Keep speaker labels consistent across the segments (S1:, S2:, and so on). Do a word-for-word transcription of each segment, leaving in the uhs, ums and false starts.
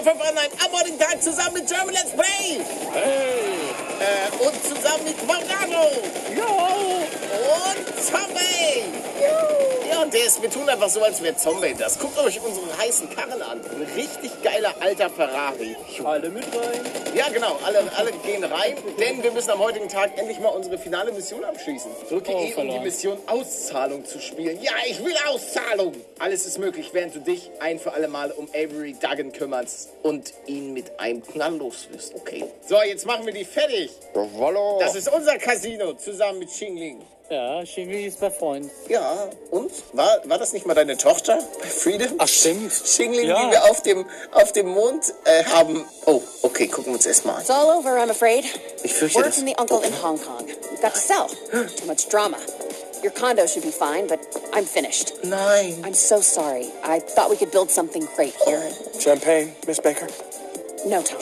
S1: fünf an einem Abonnentag zusammen mit German Let's Play.
S2: Hey.
S1: Äh, und zusammen mit Morgano.
S2: Jo.
S1: Und Zombie. Jo. Ja, und der ist, wir tun einfach so, als wäre Zombie das. Guckt euch unsere heißen Karren an. Ein richtig geiler alter Ferrari.
S2: Alle mit rein.
S1: Ja, genau. Alle, alle gehen rein, denn wir müssen am heutigen Tag endlich mal unsere finale Mission abschließen. Drücke
S2: Oh,
S1: E, um die Mission Auszahlung zu spielen. Ja, ich will Auszahlung. Alles ist möglich, während du dich ein für alle Mal um Avery Duggan kümmerst und ihn mit einem Knall loswirst. Okay. So, jetzt machen wir die fertig.
S3: Hallo.
S1: Das ist unser Casino, zusammen mit Xingling.
S2: Ja, Xingling ist mein Freund.
S1: Ja, und? War, war das nicht mal deine Tochter bei Freedom?
S2: Ach, stimmt.
S1: Xingling,
S2: Ja.
S1: die wir auf dem, auf dem Mond äh, haben. Oh, okay, gucken wir uns erstmal an.
S4: It's all over, I'm afraid.
S1: Ich fürchte,
S4: Word
S1: das...
S4: from the uncle in Hong Kong. We've got to sell. Too much drama. Your condo should be fine, but I'm finished.
S1: Nein.
S4: I'm so sorry. I thought we could build something great here.
S3: Champagne, Miss Baker.
S4: No, Tom.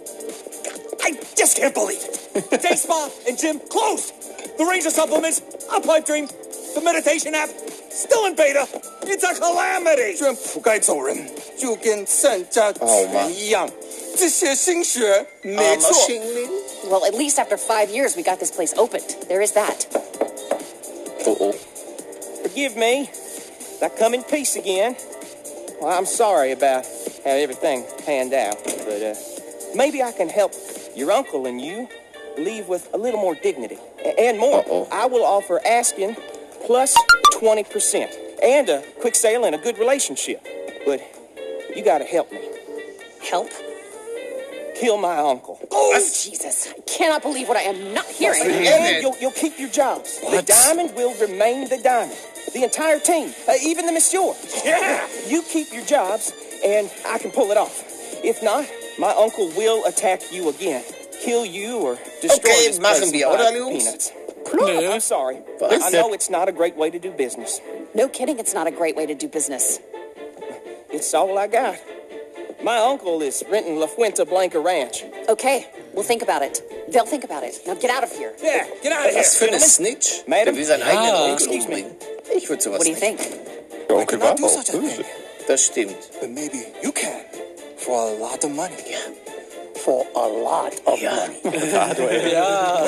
S5: I just can't believe it. Day Spa and gym closed. The Ranger supplements, a pipe dream, the meditation app, still in beta. It's a calamity.
S6: 居然不该走人，就跟善家
S1: 哦妈
S6: 犬一样，这些心血没错。
S1: Xingling.
S4: Well, at least after five years, we got this place opened. There is that.
S1: Oh, oh.
S5: Forgive me. I come in peace again. Well, I'm sorry about how everything panned out, but uh, maybe I can help your uncle and you leave with a little more dignity. A- and more.
S1: Uh-oh.
S5: I will offer Aspen plus twenty percent and a quick sale and a good relationship. But you gotta help me.
S4: Help?
S5: Kill my uncle.
S4: Oh, Jesus. I cannot believe what I am not hearing.
S5: And you'll, you'll keep your jobs.
S2: What?
S5: The diamond will remain the diamond. The entire team, uh, even the monsieur. Yeah! You keep your jobs, and I can pull it off. If not, my uncle will attack you again. Kill you or destroy
S1: Okay,
S5: this
S1: machen
S5: place
S1: wir,
S5: with
S1: oder,
S5: five
S1: Jungs?
S5: peanuts.
S2: Nö.
S5: I'm sorry.
S1: Was?
S5: I know it's not a great way to do business.
S4: No kidding, it's not a great way to do business.
S5: It's all I got. My uncle is renting La Fuente Blanca Ranch.
S4: Okay, we'll think about it. They'll think about it. Now get out of here.
S5: Yeah, get out of here.
S1: Was für eine
S5: gentlemen.
S1: Snitch?
S5: Madam?
S1: Der will seinen eigenen
S2: Ja.
S1: Onkel
S5: Excuse me.
S1: umbringen. Ich würde sowas
S4: What do you
S1: nicht.
S4: think?
S3: Der Onkel war
S6: do
S3: auch
S6: such a
S3: böse.
S6: thing.
S1: Das stimmt.
S6: But maybe you can. For a lot of money.
S2: For a lot of
S1: Ja.
S2: money. Ja.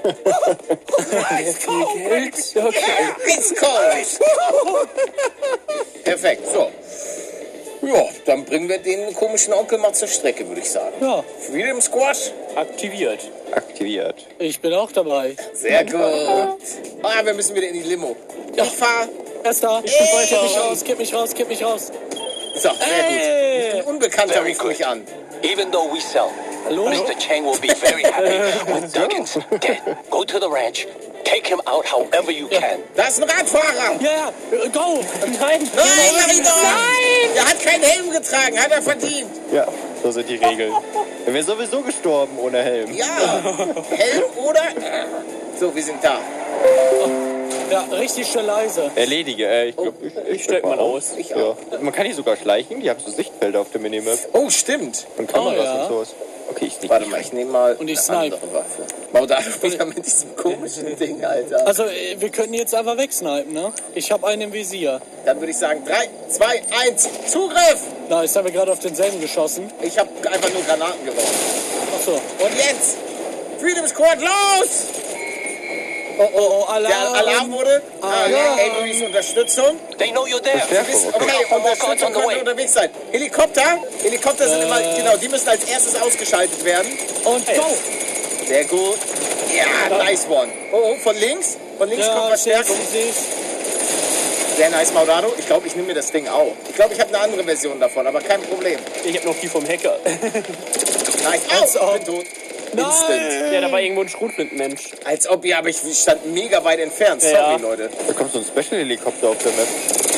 S2: Okay.
S1: It's cold. Perfekt, so. Ja, dann bringen wir den komischen Onkel mal zur Strecke, würde ich sagen.
S2: Ja,
S1: Freedom Squash?
S2: aktiviert.
S3: Aktiviert.
S2: Ich bin auch dabei.
S1: Sehr gut. Ah, wir müssen wieder in die Limo.
S2: Ja.
S1: Ich fahr.
S2: Erster, ich bin bei, kipp mich raus, kipp mich raus, kipp mich raus.
S1: So, sehr
S2: Hey.
S1: gut. Ein Unbekannter ruft mich an.
S7: Even though we sell,
S2: Hallo?
S7: Mister Chang will be very happy with Duggan's dead. Go to the ranch, take him out however you can.
S1: Da ist ein Radfahrer.
S2: Ja, ja, äh, go. Nein.
S1: Nein, mach ihn doch.
S2: Nein.
S1: Er hat keinen Helm getragen, hat er verdient.
S3: Ja, so sind die Regeln. Er wäre sowieso gestorben ohne Helm.
S1: Ja, Helm oder... So, wir sind da.
S2: Ja, richtig schön leise.
S3: Erledige, äh, ich glaube, ich, ich
S2: steig mal aus.
S1: Ich
S3: Ja.
S1: auch.
S3: Man kann hier sogar schleichen, die haben so Sichtfelder auf der Minimap.
S1: Oh, stimmt.
S3: Und Kameras
S2: Oh, ja.
S3: und sowas. Okay, ich nicht.
S1: Warte mal, ich nehme mal
S2: Und ich
S1: eine
S2: snipe.
S1: andere Waffe. Maudado wieder mit diesem komischen Ding, Alter.
S2: Also, äh, wir können jetzt einfach wegsnipen, ne? Ich habe einen im Visier.
S1: Dann würde ich sagen, drei, zwei, eins, Zugriff!
S2: Da ist haben wir gerade auf denselben geschossen.
S1: Ich habe einfach nur Granaten geworfen.
S2: Achso.
S1: Und jetzt, Freedom Squad, los!
S2: Oh, oh, oh, Alarm.
S1: Der Alarm wurde. Ah, ja. Averys Unterstützung.
S7: They know you're there.
S3: Verstärkung,
S1: Okay,
S3: okay.
S1: Unterstützung könnte unterwegs sein. Helikopter. Helikopter sind
S2: Äh.
S1: immer, genau, die müssen als erstes ausgeschaltet werden.
S2: Und go.
S1: Sehr gut. Ja, nice one. Oh, oh, von links. Von links kommt
S2: Ja,
S1: Verstärkung.
S2: ich seh's.
S1: Sehr nice, Maudado. Ich glaube, ich nehme mir das Ding auch. Ich glaube, ich habe eine andere Version davon, aber kein Problem.
S8: Ich habe noch die vom Hacker.
S1: Nice.
S2: Als
S1: Au,
S2: ob.
S1: ich bin tot. Instant.
S8: Ja, da war irgendwo ein Schrotflintenmensch.
S1: Als ob, ja, aber ich stand mega weit entfernt. Sorry,
S8: Ja.
S1: Leute.
S3: Da kommt so ein Special-Helikopter auf der Map.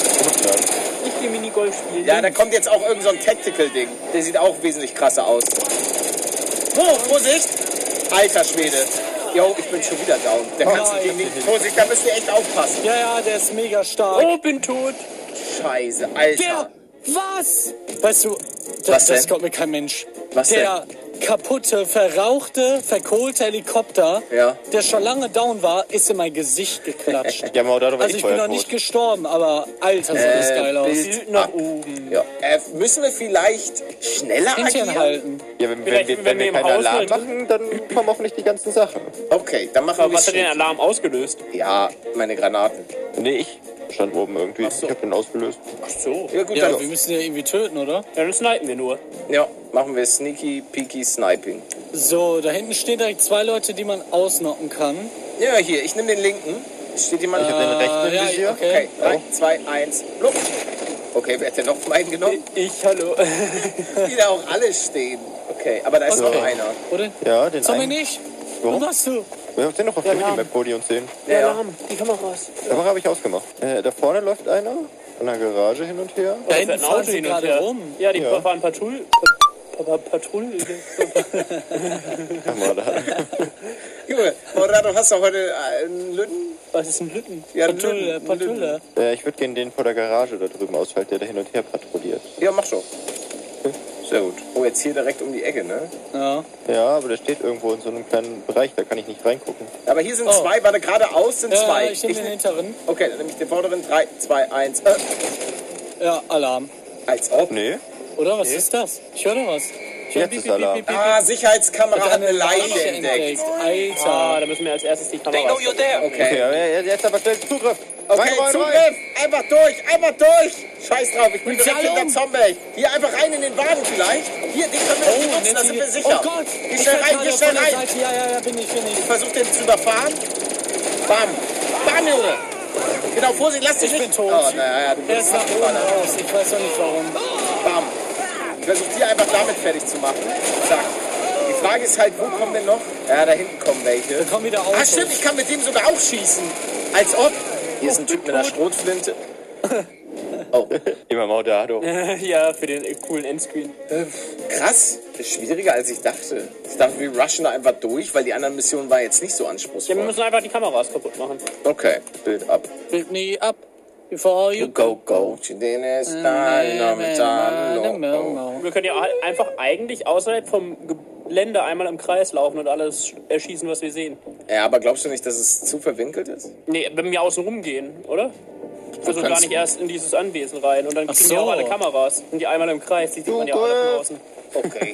S8: Ich will Minigolf spielen.
S1: Ja, da kommt jetzt auch irgend so ein Tactical-Ding. Der sieht auch wesentlich krasser aus. Wo? Vorsicht! Alter Schwede. Jo, ich bin schon wieder down. Der
S2: Oh
S1: kannst du dir
S2: nein.
S1: nicht. Vorsicht, da müsst ihr echt aufpassen.
S2: Ja, ja, der ist mega stark.
S8: Oh, bin tot.
S1: Scheiße, Alter.
S2: Der, was? Weißt du, das,
S1: Was
S2: das
S1: denn?
S2: glaubt mir kein Mensch.
S1: Was
S2: der kaputte, verrauchte, verkohlte Helikopter,
S1: Ja.
S2: der schon lange down war, ist in mein Gesicht geklatscht.
S3: Ja, Maudado war
S2: Also
S3: ich
S2: ich bin noch
S3: vorher
S2: nicht
S3: tot.
S2: gestorben, aber Alter, sieht das geil aus.
S1: Bild
S8: Nach
S1: ab.
S8: oben.
S1: Ja. Äh, müssen wir vielleicht schneller
S2: Händchen
S1: agieren?
S2: halten.
S3: Ja, wenn, wenn,
S8: Vielleicht,
S3: wir,
S8: wenn
S3: wenn
S8: wir
S3: wir
S8: im
S3: keinen
S8: Haus
S3: Alarm
S8: halt-
S3: machen, dann kommen auch nicht die ganzen Sachen.
S1: Okay, dann machen
S8: Aber
S1: wir
S8: was hat den
S1: es.
S8: Alarm ausgelöst?
S1: Ja, meine Granaten.
S3: Nee, ich stand oben irgendwie.
S1: Ach so.
S3: Ich hab den ausgelöst.
S8: Ach so.
S1: Ja gut,
S2: Ja,
S1: dann
S2: wir müssen ja irgendwie töten, oder?
S8: Ja, dann snipen wir nur.
S1: ja, machen wir Sneaky Peaky Sniping.
S2: So, da hinten stehen direkt zwei Leute, die man ausnocken kann.
S1: Ja, hier, ich nehme den linken. Steht jemand?
S3: Ich hab den rechten im
S2: ja,
S3: Visier.
S2: okay.
S1: Okay, drei, zwei, eins, blub. Okay, wer hat denn noch meinen genommen?
S8: Ich, hallo.
S1: Die da auch alle stehen. Okay, aber da ist noch
S2: Okay.
S1: einer.
S2: Oder?
S3: Ja, den
S2: Sag mir
S3: einen.
S2: nicht.
S3: Warum?
S2: Was machst du?
S3: Wir sind noch auf der Minimap, wo die uns sehen.
S1: Ja, ja.
S8: Alarm, die Kameras.
S3: Kamera habe ich ausgemacht. Äh, da vorne läuft einer. An der Garage hin und her.
S2: Da
S8: Da
S2: hinten
S8: fährt ein
S2: fahren
S8: Auto
S2: sie
S8: hin und
S2: gerade
S8: her.
S2: rum.
S8: Ja, die
S3: Ja.
S8: fahren Patrouille. Pa- pa- Patrouille.
S3: Kamera.
S1: Junge, oder du hast doch heute äh, einen Lütten?
S8: Was ist ein Lütten?
S1: Ja, einen
S2: Patrouille,
S1: Lütten, einen
S2: Patrouille.
S1: Lütten.
S3: äh, ich würde gerne den vor der Garage da drüben ausschalten, der da hin und her patrouilliert.
S1: Ja, mach schon. Sehr gut. Oh, jetzt hier direkt um die Ecke, ne?
S2: Ja.
S3: Ja, aber der steht irgendwo in so einem kleinen Bereich, da kann ich nicht reingucken.
S1: Aber hier sind
S2: Oh.
S1: zwei, warte, geradeaus sind
S2: Ja,
S1: zwei.
S2: ich nehme den
S1: nehm-
S2: hinteren.
S1: Okay, dann nehme ich den vorderen. drei, zwei, eins. Äh,
S2: Ja, Alarm.
S1: als ob.
S3: Nee,
S2: Oder? Was ist das? Ich höre da was. Ich höre
S3: jetzt ist Alarm.
S1: Ah, Sicherheitskamera hat eine Leiche
S2: Leiche
S1: entdeckt.
S2: Alter.
S8: Ah, da müssen wir als erstes die
S7: They
S8: Kameras.
S7: know you're there.
S3: Okay,
S1: Okay.
S3: aber jetzt aber schnell Zugriff.
S1: Okay,
S3: Rein, rein,
S1: Zugriff!
S3: rein.
S1: Einfach durch! Einfach durch! Scheiß drauf, ich bin
S2: Bringt sie
S1: direkt
S2: alle
S1: hinter
S2: um?
S1: Zombie. Hier einfach rein in den Wagen vielleicht. Hier, den können wir nicht benutzen, da sind wir sicher.
S2: Oh Gott.
S1: Geh
S2: Ich
S1: schnell
S2: werd
S1: rein,
S2: gerade
S1: geh schnell
S2: von der
S1: rein.
S2: Seite. Ja, ja, ja, bin ich, bin ich.
S1: Versuch den zu überfahren. Bam! Bam, Junge! Genau, Vorsicht, lass dich
S2: Ich
S1: nicht...
S2: bin tot.
S1: Oh, naja, du
S2: Er
S1: bist
S2: ist nach oben
S1: abgeballert.
S2: raus. Ich weiß auch nicht warum.
S1: Bam! Ich versuch die einfach damit fertig zu machen. Zack. Die Frage ist halt, wo kommen denn noch? Ja, da hinten kommen welche.
S2: Wir kommen wieder
S1: Ah,
S2: Autos.
S1: stimmt, ich kann mit dem sogar auch schießen. Als ob. Hier ist ein Typ mit einer Schrotflinte. Oh,
S3: Immer Maudado.
S8: Ja, für den äh, coolen Endscreen.
S1: krass. Das ist schwieriger, als ich dachte. Ich dachte, wir rushen da einfach durch, weil die anderen Missionen war jetzt nicht so
S8: Ja, wir
S1: anspruchsvoll.
S8: müssen einfach die Kameras kaputt machen.
S1: Okay, Bild ab.
S2: Build me up before you
S1: You go, go. Chidene style, no, no.
S8: Wir können ja a- einfach eigentlich außerhalb vom Gelände einmal im Kreis laufen und alles erschießen, was wir sehen.
S1: Ja, aber glaubst du nicht, dass es zu verwinkelt ist?
S8: Nee, wenn wir außen rumgehen, oder? Also
S1: kannst-
S8: gar nicht erst in dieses Anwesen rein. Und dann
S2: Ach
S8: kriegen wir auch
S2: so.
S8: alle Kameras. Und die einmal im Kreis, die sieht man ja alle von außen.
S1: Okay.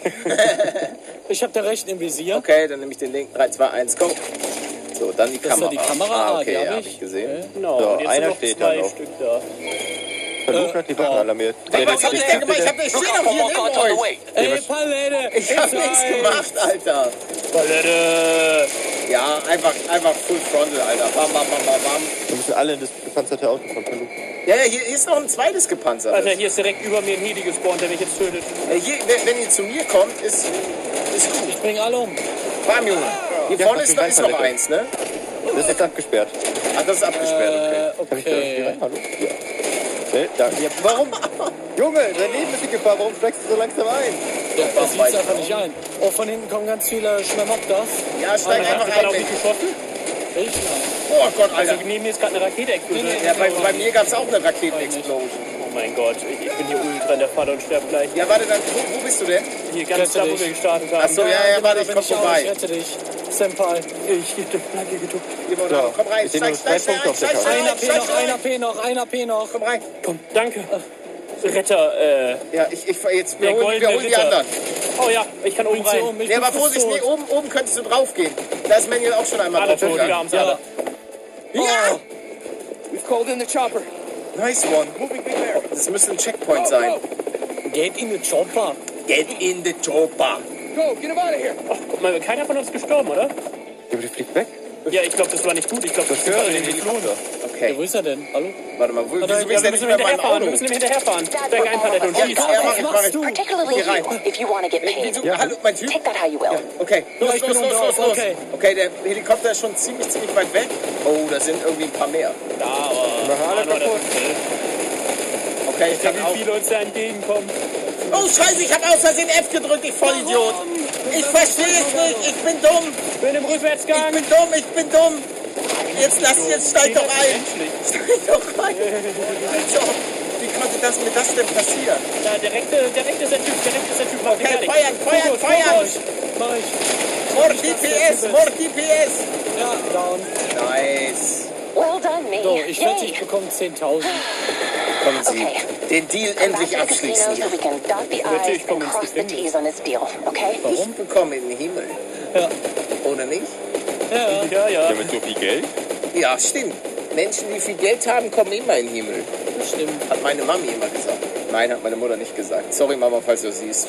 S2: Ich hab der rechten im Visier.
S1: Okay, dann nehme ich den linken. drei, zwei, eins, go. So, dann die
S2: Das ist ja
S1: Kamera.
S2: die Kamera,
S1: Ah,
S2: ah,
S1: okay,
S2: die hab
S1: ja, hab
S2: ich.
S1: ich gesehen.
S8: Genau,
S3: So,
S8: und jetzt
S3: einer
S8: sind noch
S3: steht da
S8: zwei
S3: noch.
S8: Stück da.
S3: Versucht hat die Wachen alarmiert.
S1: Hey, was hab ich denn gemacht? Ich hab den
S7: Look
S1: Stehen
S7: out
S1: doch
S7: for
S1: hier
S7: more
S1: neben
S7: guards on the
S1: euch.
S7: way.
S2: Ey, Palette!
S1: Ich hab nichts gemacht, Alter.
S8: Palette!
S1: Ja, einfach, einfach Full Frontal, Alter. Bam, bam, bam, bam, bam.
S3: Wir müssen alle in das gepanzerte Auto von Paluk.
S1: Ja, ja, hier ist noch ein zweites gepanzertes.
S8: Alter, hier ist direkt über mir ein Heli gespawnt, der mich jetzt tötet.
S1: Äh, hier, wenn, wenn ihr zu mir kommt, ist, ist gut.
S2: Ich bring alle um.
S1: Bam, Junge. Hier
S3: Ja,
S1: vorne
S3: mach
S1: ist
S3: den
S1: noch, ist noch
S3: Weinpalette.
S1: eins, ne?
S3: Das ist jetzt abgesperrt.
S1: Ach, das ist abgesperrt, okay.
S2: Äh,
S3: Kann ich da irgendwie
S2: okay.
S3: rein? Hallo? Ja. Nee, da, ja. Warum? Junge, dein Leben ist in Gefahr. Warum steigst du so langsam ein?
S2: Ja, das sieht's einfach nicht ein. Oh, von hinten kommen ganz viele Schmermoktas.
S1: Ja, steig
S8: Hast du
S1: einfach
S8: gerade
S1: ein.
S8: auf mich geschossen?
S2: Ich nein.
S1: Oh Gott,
S8: Also
S1: Alter.
S8: neben mir ist gerade eine Rakete explodiert.
S1: Ja, bei, bei mir gab's auch eine Raketenexplosion.
S8: Oh mein Gott, ich, ich bin hier ultra in der Falle und sterbe gleich.
S1: Ja, warte, dann, wo, wo bist du denn?
S8: Hier ganz
S2: Rette
S8: da, wo
S2: dich.
S8: wir gestartet haben.
S1: Ach so, ja, ja,
S2: genau,
S1: warte,
S2: da
S1: ich
S2: bin
S1: komm
S2: auch.
S1: vorbei.
S2: Ich rette dich. Senpai.
S8: Ich bleib hier geduckt.
S1: Hier, Maudado, komm rein,
S3: ich seh
S1: steig,
S3: nur
S1: steig,
S3: zwei
S1: steig,
S3: Punkte auf der
S1: steig,
S3: Karte.
S2: Ein A
S1: steig,
S2: P
S1: steig,
S2: noch, ein A
S1: steig.
S2: P noch, ein A P noch.
S1: Komm rein.
S8: Komm, danke. Retter, äh...
S1: Ja, ich, ich, jetzt, wir
S8: Der
S1: holen, wir
S8: goldene
S1: holen die
S8: Ritter.
S1: anderen.
S8: Oh ja, ich kann oben
S2: Bring sie
S8: rein.
S2: um, ich
S1: Nee,
S2: bin
S1: aber
S2: fast
S1: Vorsicht, nee,
S2: tot.
S1: oben, oben könntest du draufgehen. Da ist Manuel auch schon einmal
S8: Alle tot, wir
S1: draufgegangen.
S8: haben's alle.
S2: Ja.
S1: Ja!
S6: We've called in the chopper.
S1: Nice one. Das müsste ein Checkpoint sein.
S2: Geht in den Chopper.
S1: Get in the chopper.
S6: Go, get him out of here.
S8: Ach, guck mal, keiner von uns gestorben, oder?
S3: Ja, aber die fliegt weg.
S8: Ja, ich glaube, das war nicht gut. Ich glaube, das
S3: Ich höre
S8: war
S3: den Helikopter.
S2: Ja,
S1: Okay,
S2: wo ist er denn? Hallo?
S1: warte mal, wo, wieso
S2: ja,
S1: bist
S8: Ja,
S1: du
S8: wir
S1: nicht
S8: müssen
S1: mehr
S8: ihm
S1: in meinem
S8: hinterherfahren. Wir
S1: Auto?
S8: müssen ihm hinterherfahren. Steig ein, Palette, und
S1: Ja,
S8: schieß.
S1: ja, mach ich, mach ich.
S4: Particularly
S1: Hier rein.
S4: you, if you want to get paid.
S1: Wieso? Hallo, mein Typ?
S4: Take that how you will.
S1: Okay, los,
S2: ich
S1: los,
S2: bin
S1: los,
S2: unten
S1: los,
S2: drauf,
S1: los.
S2: okay.
S1: Okay, der Helikopter ist schon ziemlich, ziemlich weit weg. Oh, da sind irgendwie ein paar mehr.
S8: Ja, aber...
S3: alle
S8: Mann,
S3: kaputt.
S1: Okay, ich kann
S8: Wie
S1: auch...
S8: viele uns da entgegenkommen.
S1: Oh, scheiße, ich habe aus Versehen F gedrückt, ich Vollidiot. Ich verstehe es nicht, ich bin dumm.
S8: Ich bin im
S1: Ich
S8: Rückwärtsgang.
S1: bin dumm, ich bin dumm. Jetzt lass, jetzt steig doch ein. Steig doch ein. Alter, wie konnte das mir das denn passieren?
S8: Ja, der rechte, der rechte ist der Typ, der rechte ist der Typ.
S1: Okay, feuern, feuern, feuern!
S2: Mach ich.
S1: More D P S, more D P S!
S2: Ja, down.
S1: Nice.
S4: Well done, me.
S2: So, ich wette, ich bekomme zehntausend.
S1: Kommen Sie,
S4: Okay.
S1: den Deal endlich abschließen.
S4: So we can dot the
S8: Natürlich
S4: I's
S8: kommen
S4: and
S8: wir
S4: cross
S8: ins
S4: the
S8: Gefängnis.
S4: T's on this deal, okay?
S1: Ich bekomme in den Himmel.
S2: Ja.
S1: Oder nicht?
S2: Ja,
S8: Ja, ja.
S3: Mit so viel Geld?
S1: Ja, stimmt. Menschen, die viel Geld haben, kommen immer in den Himmel.
S2: das stimmt.
S1: Hat meine Mami immer gesagt. Nein, hat meine Mutter nicht gesagt. Sorry, Mama, falls du siehst.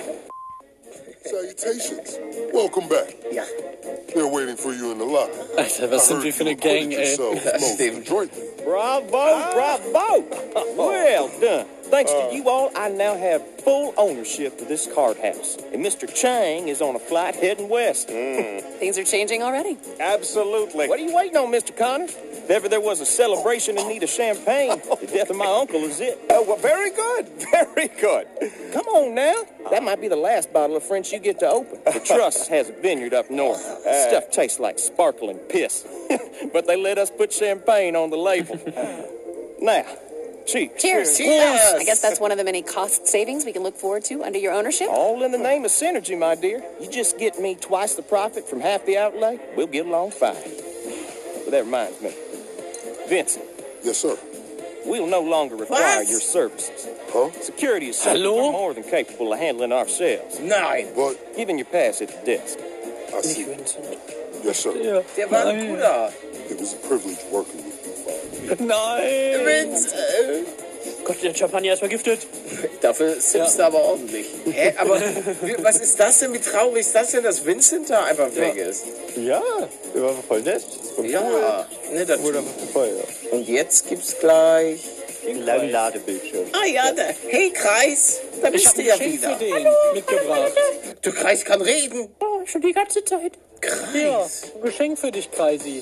S9: Salutations. Welcome back.
S1: Ja,
S9: They're waiting for you in the lobby.
S2: Alter, was sind wir für eine Gang, ey?
S1: das stimmt.
S5: Bravo, bravo! Well done. Thanks to you all, I now have full ownership of this card house. And Mister Chang is on a flight heading west.
S4: Things are changing already.
S5: Absolutely. What are you waiting on, Mister Connors? If ever there was a celebration in need of champagne, the death of my uncle is it. Oh, well, very good. Very good. Come on now. That might be the last bottle of French you get to open. The Trust has a vineyard up north. Stuff tastes like sparkling piss. But they let us put champagne on the label. Now, cheers.
S4: Cheers.
S1: Cheers.
S4: I guess that's one of the many cost savings we can look forward to under your ownership.
S5: All in the name of synergy, my dear. You just get me twice the profit from half the outlay, we'll get along fine. But that reminds me. Vincent,
S9: Yes, sir.
S5: we'll no longer require
S1: What?
S5: your services.
S9: Huh?
S5: Security is something
S2: Hello?
S5: we're more than capable of handling ourselves.
S1: Nein,
S9: But
S5: Given your pass at the desk.
S9: I see. Yes, sir.
S2: Ja.
S1: der war ein Bruder.
S9: It was a privilege working with you, Father.
S2: Nein!
S1: Vince, äh,
S8: Gott, der Champagner ist vergiftet.
S1: dafür sippst du aber ordentlich. Hä, aber wie- was ist das denn, wie traurig ist das denn, dass Vincent da einfach weg ist?
S3: Ja, der war voll nett. Und
S1: Ja, ne, das
S3: wurde einfach voll, ja.
S1: Und jetzt gibt's gleich...
S3: Einen langen Ladebildschirm.
S1: Ah ja, da. Hey Kreis, da
S2: Ich
S1: bist
S2: hab
S1: du
S2: ein
S1: ja
S2: Geschenk für
S1: wieder.
S2: den mitgebracht.
S1: Der Kreis kann reden.
S8: Oh, schon die ganze Zeit.
S2: Ja,
S1: Kreis.
S2: ein Geschenk für dich, Kreisi.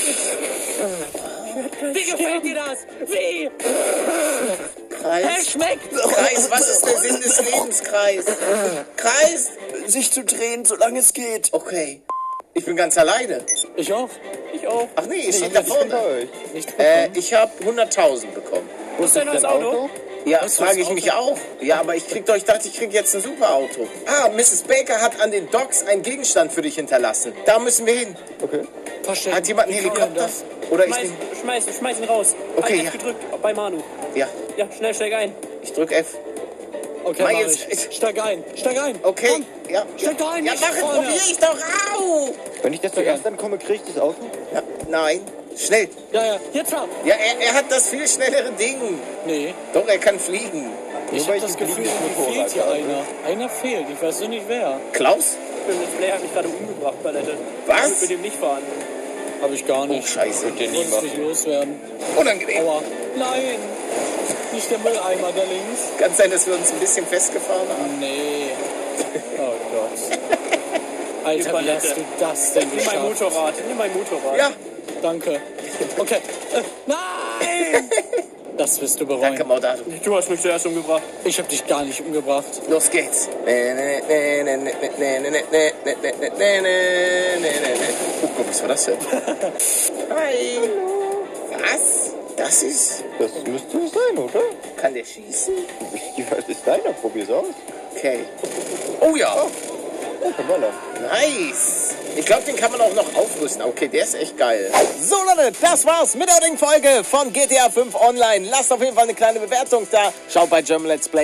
S2: Wie gefällt dir das? Wie?
S1: Kreis.
S2: Schmeckt!
S1: Kreis, was ist der Sinn des Lebens, Kreis? Kreis?
S3: Sich zu drehen, solange es geht.
S1: Okay. Ich bin ganz alleine.
S2: Ich auch.
S8: Ich auch.
S1: Ach nee, ich stehe da vorne.
S3: euch.
S2: Nicht
S1: Äh, ich habe hunderttausend bekommen.
S8: Wo ist denn das Auto?
S1: Ja,
S2: Was,
S1: frage
S2: das
S1: ich mich auch. Ja, aber ich krieg doch, ich dachte, ich krieg jetzt ein super Auto. Ah, Misses Baker hat an den Docks einen Gegenstand für dich hinterlassen. Da müssen wir hin.
S3: Okay.
S2: Verstehe.
S1: Hat jemand einen Helikopter? Oder ich
S8: Schmeiß,
S1: nehm,
S8: schmeiß, schmeiß ihn raus.
S1: Okay,
S8: Ein F
S1: ja.
S8: gedrückt bei Manu.
S1: Ja,
S8: Ja, schnell, steig ein.
S1: ich drück F.
S2: Okay,
S1: Mach
S2: mach
S1: jetzt-
S2: ich. Steig ein. Steig ein.
S1: Okay,
S2: Komm.
S1: ja.
S2: Steig da ein,
S1: Ja,
S2: nicht
S1: mach es,
S2: vorne.
S1: probier ich doch. Au!
S3: Wenn ich das zuerst ankomme, kriege ich das Auto?
S1: Ja, nein, schnell.
S2: Ja, ja. Jetzt ab.
S1: Ja, er, er hat das viel schnellere Ding.
S2: Nee.
S1: Doch, er kann fliegen.
S2: Ich
S3: weil
S2: hab
S3: ich
S2: das
S3: ein
S2: Gefühl,
S3: fliegendes
S2: mir
S3: Motorrad
S2: fehlt hier
S3: habe.
S2: einer. Einer fehlt. Ich weiß nur nicht wer.
S1: Klaus?
S8: Der Let's Play hat mich gerade umgebracht, Palette.
S1: Was?
S8: Ich will mit dem nicht fahren.
S2: Hab ich gar
S1: Oh,
S2: nicht.
S1: scheiße.
S2: Ich wollte es nicht loswerden.
S1: Unangenehm.
S2: Aua. Nein. Nicht der Mülleimer da links.
S1: Kann sein, dass wir uns ein bisschen festgefahren haben.
S2: Nee. Oh Gott. Alter, wie
S8: Palette.
S2: hast du das denn
S8: Nimm mein
S2: geschafft?
S8: Motorrad. Nimm mein Motorrad.
S1: Ja,
S2: Danke. Okay. Äh, nein! Das wirst du bereuen.
S1: danke, Maudato.
S8: Du hast mich zuerst umgebracht.
S2: Ich hab dich gar nicht umgebracht.
S1: Los geht's. Oh Gott, was war das denn? Hi. Was? Das ist...
S3: Das müsste es sein, oder?
S1: Kann der schießen?
S3: Das ist deiner, probier's aus.
S1: Okay. Oh ja.
S3: Oh, kann man dann.
S1: Nice. Ich glaube, den kann man auch noch aufrüsten. Okay, der ist echt geil. So Leute, das war's mit der heutigen Folge von G T A fünf Online. Lasst auf jeden Fall eine kleine Bewertung da. Schaut bei German Let's Play